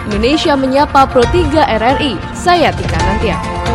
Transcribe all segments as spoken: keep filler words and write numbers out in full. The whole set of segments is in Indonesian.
Indonesia Menyapa Pro tiga R R I. Saya Tika Nantia.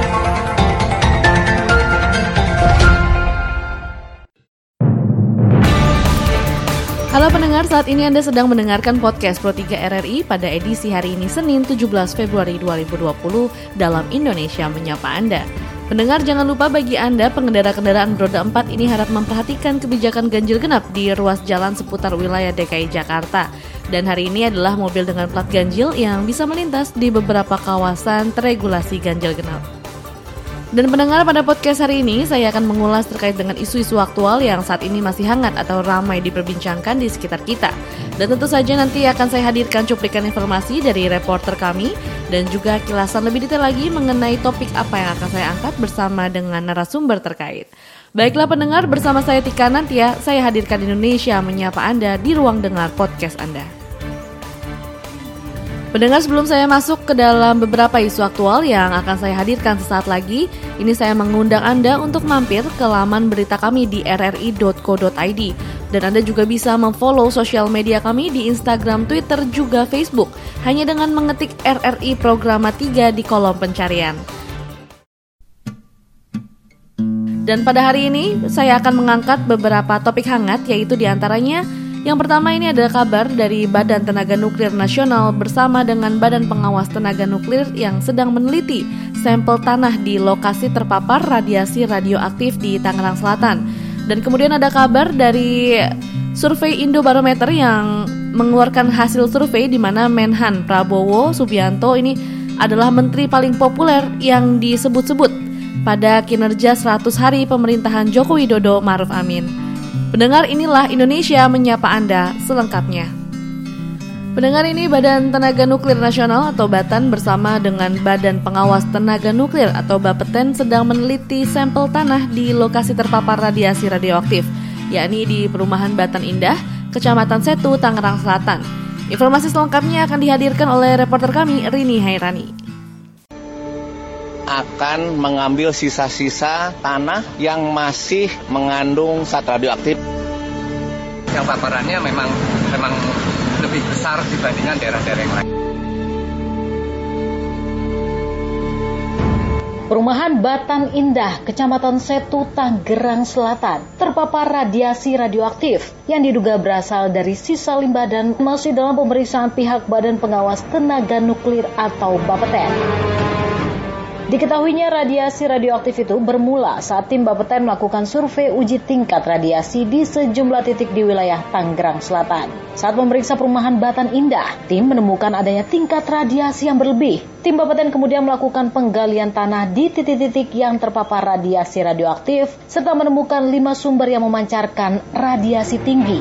Halo pendengar, saat ini Anda sedang mendengarkan podcast Pro tiga R R I pada edisi hari ini Senin tujuh belas Februari dua ribu dua puluh dalam Indonesia Menyapa Anda. Pendengar, jangan lupa bagi Anda pengendara kendaraan beroda empat ini harap memperhatikan kebijakan ganjil genap di ruas jalan seputar wilayah D K I Jakarta. Dan hari ini adalah mobil dengan plat ganjil yang bisa melintas di beberapa kawasan teregulasi ganjil genap. Dan pendengar, pada podcast hari ini saya akan mengulas terkait dengan isu-isu aktual yang saat ini masih hangat atau ramai diperbincangkan di sekitar kita. Dan tentu saja nanti akan saya hadirkan cuplikan informasi dari reporter kami dan juga kilasan lebih detail lagi mengenai topik apa yang akan saya angkat bersama dengan narasumber terkait. Baiklah pendengar, bersama saya Tika Nantia, saya hadirkan Indonesia Menyapa Anda di ruang dengar podcast Anda. Pendengar, sebelum saya masuk ke dalam beberapa isu aktual yang akan saya hadirkan sesaat lagi, ini saya mengundang Anda untuk mampir ke laman berita kami di r r i dot co dot i d. Dan Anda juga bisa memfollow sosial media kami di Instagram, Twitter, juga Facebook, hanya dengan mengetik R R I Programa tiga di kolom pencarian. Dan pada hari ini, saya akan mengangkat beberapa topik hangat, yaitu diantaranya yang pertama ini adalah kabar dari Badan Tenaga Nuklir Nasional bersama dengan Badan Pengawas Tenaga Nuklir yang sedang meneliti sampel tanah di lokasi terpapar radiasi radioaktif di Tangerang Selatan. Dan kemudian ada kabar dari survei Indobarometer yang mengeluarkan hasil survei di mana Menhan Prabowo Subianto ini adalah menteri paling populer yang disebut-sebut pada kinerja seratus hari pemerintahan Joko Widodo Ma'ruf Amin. Pendengar, inilah Indonesia Menyapa Anda selengkapnya. Pendengar, ini Badan Tenaga Nuklir Nasional atau Batan bersama dengan Badan Pengawas Tenaga Nuklir atau Bapeten sedang meneliti sampel tanah di lokasi terpapar radiasi radioaktif, yakni di Perumahan Batan Indah, Kecamatan Setu, Tangerang Selatan. Informasi selengkapnya akan dihadirkan oleh reporter kami, Rini Hairani. Akan mengambil sisa-sisa tanah yang masih mengandung zat radioaktif. Yang paparannya memang memang lebih besar dibandingkan daerah-daerah yang lain. Perumahan Batan Indah, Kecamatan Setu, Tangerang Selatan, terpapar radiasi radioaktif yang diduga berasal dari sisa limbah dan masih dalam pemeriksaan pihak Badan Pengawas Tenaga Nuklir atau Bapeten. Diketahuinya radiasi radioaktif itu bermula saat tim Bapeten melakukan survei uji tingkat radiasi di sejumlah titik di wilayah Tangerang Selatan. Saat memeriksa perumahan Batan Indah, tim menemukan adanya tingkat radiasi yang berlebih. Tim Bapeten kemudian melakukan penggalian tanah di titik-titik yang terpapar radiasi radioaktif serta menemukan lima sumber yang memancarkan radiasi tinggi.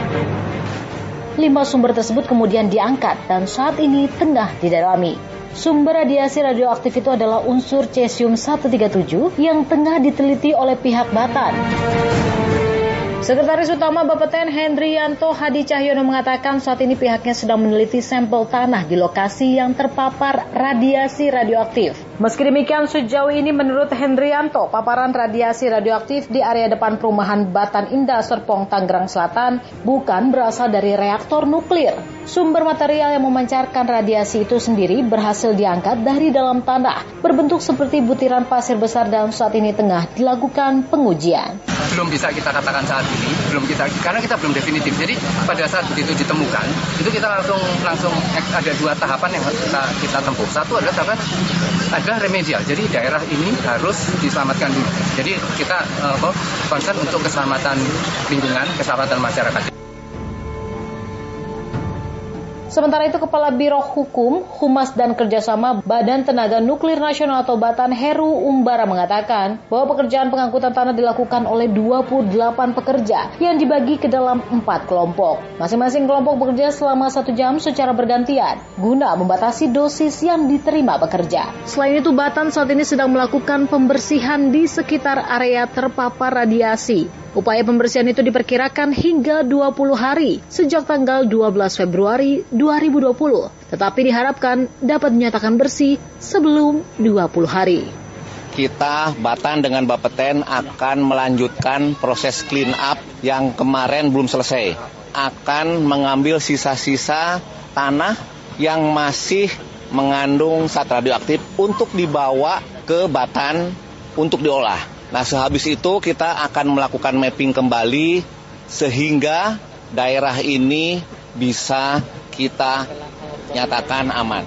Lima sumber tersebut kemudian diangkat dan saat ini tengah didalami. Sumber radiasi radioaktif itu adalah unsur cesium seratus tiga puluh tujuh yang tengah diteliti oleh pihak Batan. Sekretaris Utama Bapeten Hendrianto Hadi Cahyono mengatakan saat ini pihaknya sedang meneliti sampel tanah di lokasi yang terpapar radiasi radioaktif. Meski demikian, sejauh ini menurut Hendrianto, paparan radiasi radioaktif di area depan perumahan Batan Indah Serpong, Tangerang Selatan bukan berasal dari reaktor nuklir. Sumber material yang memancarkan radiasi itu sendiri berhasil diangkat dari dalam tanah, berbentuk seperti butiran pasir besar dan saat ini tengah dilakukan pengujian. Belum bisa kita katakan saat ini, belum kita karena kita belum definitif. Jadi pada saat itu ditemukan, itu kita langsung langsung ada dua tahapan yang kita kita tempuh. Satu adalah tahapan adalah remedial. Jadi daerah ini harus diselamatkan dulu. Jadi kita uh, concern untuk keselamatan lingkungan, keselamatan masyarakat. Sementara itu, Kepala Biro Hukum, Humas dan Kerjasama Badan Tenaga Nuklir Nasional atau Batan Heru Umbara mengatakan bahwa pekerjaan pengangkutan tanah dilakukan oleh dua puluh delapan pekerja yang dibagi ke dalam empat kelompok. Masing-masing kelompok bekerja selama satu jam secara bergantian guna membatasi dosis yang diterima pekerja. Selain itu, Batan saat ini sedang melakukan pembersihan di sekitar area terpapar radiasi. Upaya pembersihan itu diperkirakan hingga dua puluh hari sejak tanggal dua belas Februari dua ribu dua puluh, tetapi diharapkan dapat dinyatakan bersih sebelum dua puluh hari. Kita Batan dengan Bapeten akan melanjutkan proses clean up yang kemarin belum selesai. Akan mengambil sisa-sisa tanah yang masih mengandung zat radioaktif untuk dibawa ke Batan untuk diolah. Nah, sehabis itu kita akan melakukan mapping kembali sehingga daerah ini bisa kita nyatakan aman.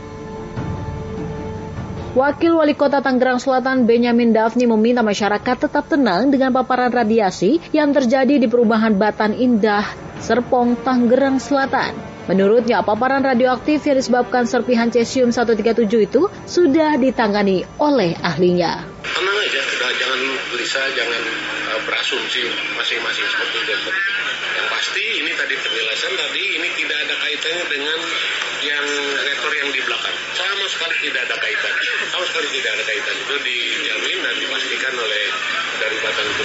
Wakil Wali Kota Tangerang Selatan Benyamin Daphni meminta masyarakat tetap tenang dengan paparan radiasi yang terjadi di perumahan Batan Indah, Serpong, Tangerang Selatan. Menurutnya, paparan radioaktif yang disebabkan serpihan cesium seratus tiga puluh tujuh itu sudah ditangani oleh ahlinya. Tenang aja, udah jangan gelisah, jangan uh, berasumsi masing-masing seperti itu. Yang pasti ini tadi penjelasan tadi ini tidak ada kaitannya dengan yang reaktor yang di belakang. Sama sekali tidak ada kaitan. Sama sekali tidak ada kaitan. Itu dijamin dan dipastikan oleh dari Batan itu.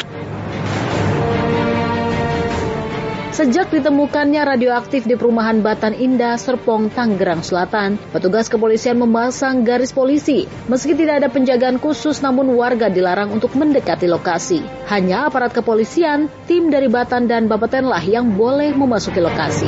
Sejak ditemukannya radioaktif di perumahan Batan Indah, Serpong, Tangerang Selatan, petugas kepolisian memasang garis polisi. Meski tidak ada penjagaan khusus, namun warga dilarang untuk mendekati lokasi. Hanya aparat kepolisian, tim dari Batan dan Bapetenlah yang boleh memasuki lokasi.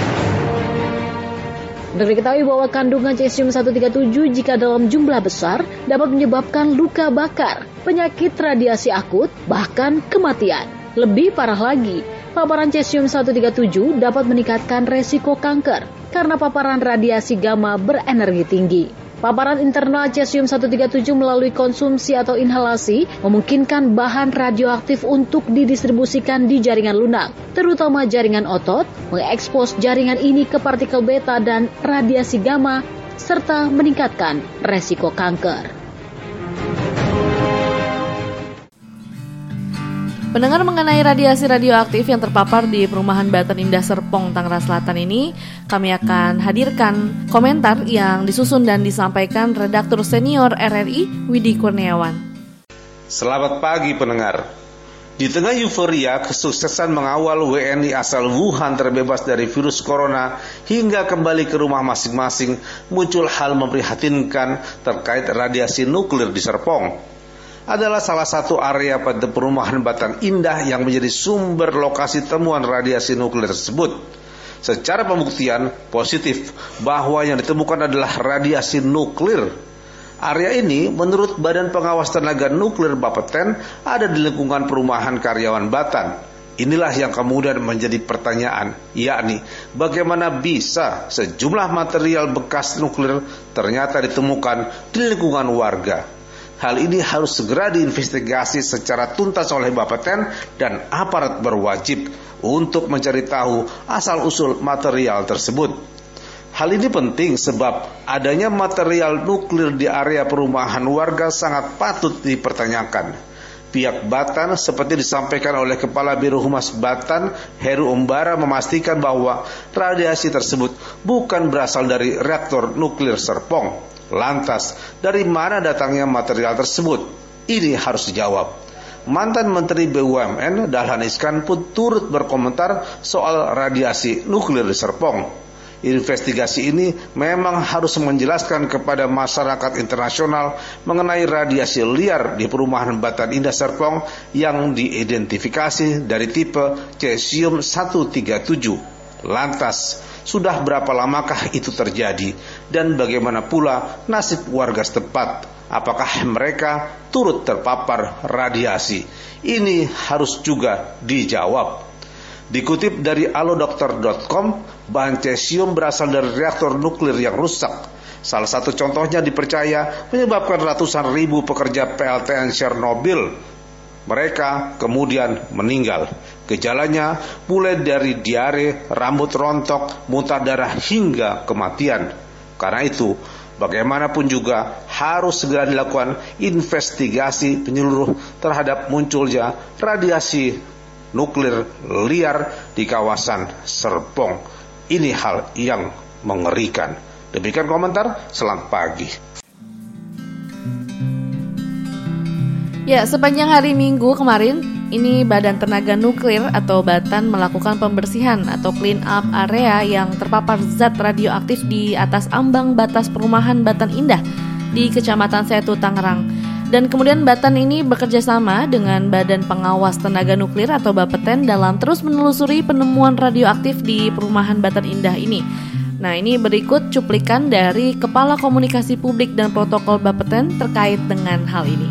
Diketahui bahwa kandungan cesium seratus tiga puluh tujuh jika dalam jumlah besar dapat menyebabkan luka bakar, penyakit radiasi akut, bahkan kematian. Lebih parah lagi, paparan cesium seratus tiga puluh tujuh dapat meningkatkan resiko kanker karena paparan radiasi gamma berenergi tinggi. Paparan internal cesium seratus tiga puluh tujuh melalui konsumsi atau inhalasi memungkinkan bahan radioaktif untuk didistribusikan di jaringan lunak, terutama jaringan otot, mengekspos jaringan ini ke partikel beta dan radiasi gamma, serta meningkatkan resiko kanker. Pendengar, mengenai radiasi radioaktif yang terpapar di perumahan Batan Indah Serpong, Tangerang Selatan ini, kami akan hadirkan komentar yang disusun dan disampaikan redaktur senior R R I Widi Kurniawan. Selamat pagi pendengar. Di tengah euforia kesuksesan mengawal W N I asal Wuhan terbebas dari virus corona hingga kembali ke rumah masing-masing, muncul hal memprihatinkan terkait radiasi nuklir di Serpong. Adalah salah satu area pada perumahan Batan Indah yang menjadi sumber lokasi temuan radiasi nuklir tersebut. Secara pembuktian positif bahwa yang ditemukan adalah radiasi nuklir. Area ini menurut Badan Pengawas Tenaga Nuklir Bapeten ada di lingkungan perumahan karyawan Batan. Inilah yang kemudian menjadi pertanyaan, yakni bagaimana bisa sejumlah material bekas nuklir ternyata ditemukan di lingkungan warga. Hal ini harus segera diinvestigasi secara tuntas oleh Bapeten dan aparat berwajib untuk mencari tahu asal-usul material tersebut. Hal ini penting sebab adanya material nuklir di area perumahan warga sangat patut dipertanyakan. Pihak Batan seperti disampaikan oleh Kepala Biro Humas Batan, Heru Umbara, memastikan bahwa radiasi tersebut bukan berasal dari reaktor nuklir Serpong. Lantas, dari mana datangnya material tersebut? Ini harus dijawab. Mantan Menteri B U M N Dahlan Iskan pun turut berkomentar soal radiasi nuklir di Serpong. Investigasi ini memang harus menjelaskan kepada masyarakat internasional mengenai radiasi liar di perumahan Batan Indah Serpong yang diidentifikasi dari tipe cesium seratus tiga puluh tujuh. Lantas, sudah berapa lamakah itu terjadi dan bagaimana pula nasib warga setempat? Apakah mereka turut terpapar radiasi? Ini harus juga dijawab. Dikutip dari alodokter dot com, bahan cesium berasal dari reaktor nuklir yang rusak. Salah satu contohnya dipercaya menyebabkan ratusan ribu pekerja P L T N Chernobyl. Mereka kemudian meninggal. Gejalanya mulai dari diare, rambut rontok, muntah darah hingga kematian. Karena itu, bagaimanapun juga harus segera dilakukan investigasi penyeluruh terhadap munculnya radiasi nuklir liar di kawasan Serpong. Ini hal yang mengerikan. Demikian komentar, selamat pagi. Ya, sepanjang hari Minggu kemarin, ini Badan Tenaga Nuklir atau Batan melakukan pembersihan atau clean up area yang terpapar zat radioaktif di atas ambang batas perumahan Batan Indah di Kecamatan Setu, Tangerang. Dan kemudian Batan ini bekerja sama dengan Badan Pengawas Tenaga Nuklir atau Bapeten dalam terus menelusuri penemuan radioaktif di perumahan Batan Indah ini. Nah, ini berikut cuplikan dari Kepala Komunikasi Publik dan Protokol Bapeten terkait dengan hal ini.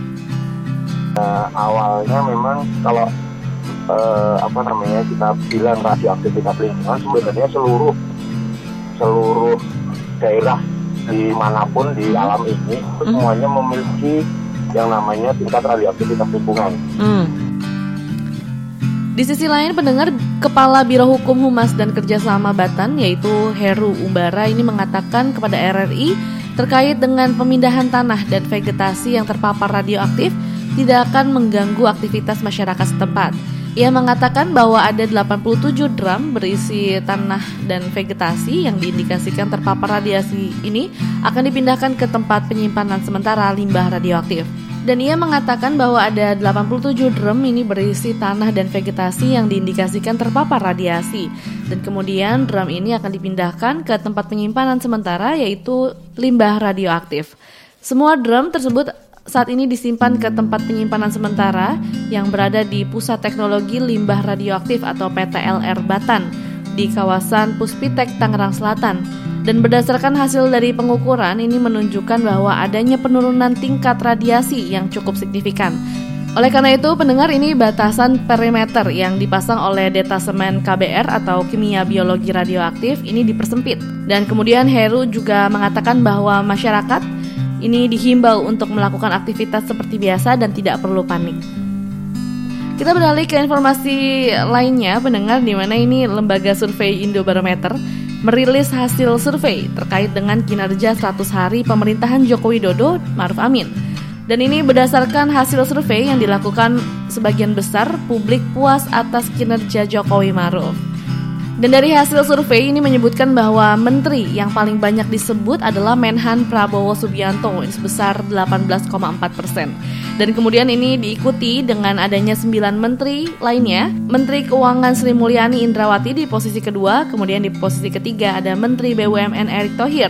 Uh, awalnya memang kalau uh, apa namanya kita bilang radioaktivitas lingkungan, sebenarnya seluruh seluruh daerah dimanapun di alam ini itu semuanya memiliki yang namanya tingkat radioaktivitas lingkungan. Hmm. Di sisi lain, pendengar, Kepala Biro Hukum Humas dan Kerjasama Batan yaitu Heru Umbara ini mengatakan kepada R R I terkait dengan pemindahan tanah dan vegetasi yang terpapar radioaktif tidak akan mengganggu aktivitas masyarakat setempat. Ia mengatakan bahwa ada delapan puluh tujuh drum berisi tanah dan vegetasi yang diindikasikan terpapar radiasi ini akan dipindahkan ke tempat penyimpanan sementara limbah radioaktif. Dan ia mengatakan bahwa ada delapan puluh tujuh drum ini berisi tanah dan vegetasi yang diindikasikan terpapar radiasi. Dan kemudian drum ini akan dipindahkan ke tempat penyimpanan sementara yaitu limbah radioaktif. Semua drum tersebut saat ini disimpan ke tempat penyimpanan sementara yang berada di Pusat Teknologi Limbah Radioaktif atau P T L R Batan di kawasan Puspitek, Tangerang Selatan. Dan berdasarkan hasil dari pengukuran ini menunjukkan bahwa adanya penurunan tingkat radiasi yang cukup signifikan. Oleh karena itu, pendengar, ini batasan perimeter yang dipasang oleh Detasemen K B R atau Kimia Biologi Radioaktif ini dipersempit. Dan kemudian Heru juga mengatakan bahwa masyarakat ini dihimbau untuk melakukan aktivitas seperti biasa dan tidak perlu panik. Kita beralih ke informasi lainnya, pendengar, di mana ini lembaga survei Indobarometer merilis hasil survei terkait dengan kinerja seratus hari pemerintahan Joko Widodo Ma'ruf Amin. Dan ini berdasarkan hasil survei yang dilakukan, sebagian besar publik puas atas kinerja Jokowi Ma'ruf. Dan dari hasil survei ini menyebutkan bahwa menteri yang paling banyak disebut adalah Menhan Prabowo Subianto sebesar delapan belas koma empat persen. Dan kemudian ini diikuti dengan adanya sembilan menteri lainnya. Menteri Keuangan Sri Mulyani Indrawati di posisi kedua, kemudian di posisi ketiga ada Menteri B U M N Erick Thohir.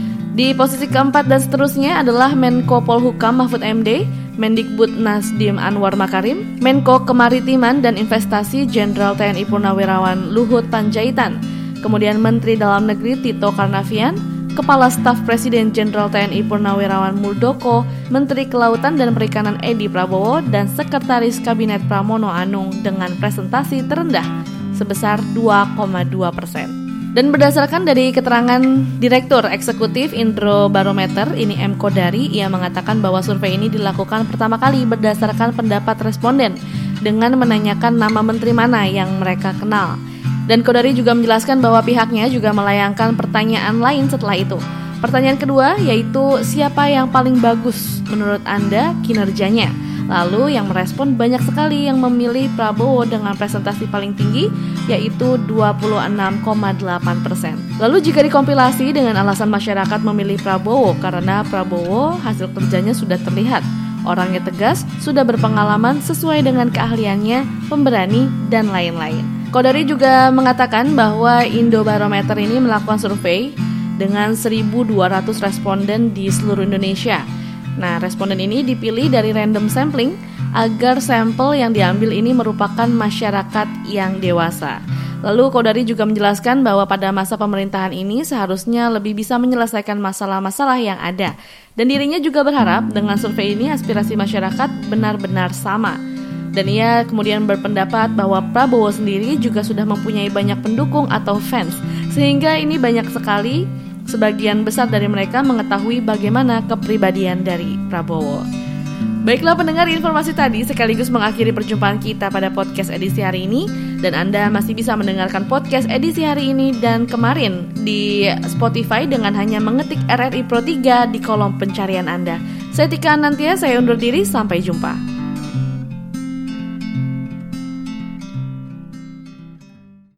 Di posisi keempat dan seterusnya adalah Menko Polhukam Mahfud M D, Mendikbud Nasdim Anwar Makarim, Menko Kemaritiman dan Investasi Jenderal T N I Purnawirawan Luhut Panjaitan, kemudian Menteri Dalam Negeri Tito Karnavian, Kepala Staf Presiden Jenderal T N I Purnawirawan Muldoko, Menteri Kelautan dan Perikanan Edi Prabowo, dan Sekretaris Kabinet Pramono Anung dengan presentasi terendah sebesar dua koma dua persen. Dan berdasarkan dari keterangan Direktur Eksekutif Indobarometer, ini M. Kodari, ia mengatakan bahwa survei ini dilakukan pertama kali berdasarkan pendapat responden dengan menanyakan nama menteri mana yang mereka kenal. Dan Kodari juga menjelaskan bahwa pihaknya juga melayangkan pertanyaan lain setelah itu. Pertanyaan kedua yaitu siapa yang paling bagus menurut Anda kinerjanya? Lalu yang merespon banyak sekali yang memilih Prabowo dengan presentasi paling tinggi yaitu dua puluh enam koma delapan persen. Lalu jika dikompilasi dengan alasan masyarakat memilih Prabowo karena Prabowo hasil kerjanya sudah terlihat, orangnya tegas, sudah berpengalaman sesuai dengan keahliannya, pemberani, dan lain-lain. Kodari juga mengatakan bahwa Indobarometer ini melakukan survei dengan seribu dua ratus responden di seluruh Indonesia. Nah, responden ini dipilih dari random sampling agar sampel yang diambil ini merupakan masyarakat yang dewasa. Lalu Kodari juga menjelaskan bahwa pada masa pemerintahan ini seharusnya lebih bisa menyelesaikan masalah-masalah yang ada. Dan dirinya juga berharap dengan survei ini aspirasi masyarakat benar-benar sama. Dan ia kemudian berpendapat bahwa Prabowo sendiri juga sudah mempunyai banyak pendukung atau fans, sehingga ini banyak sekali sebagian besar dari mereka mengetahui bagaimana kepribadian dari Prabowo. Baiklah pendengar, informasi tadi sekaligus mengakhiri perjumpaan kita pada podcast edisi hari ini. Dan Anda masih bisa mendengarkan podcast edisi hari ini dan kemarin di Spotify dengan hanya mengetik R R I Pro tiga di kolom pencarian Anda. Saya Tika Anantia, saya undur diri, sampai jumpa.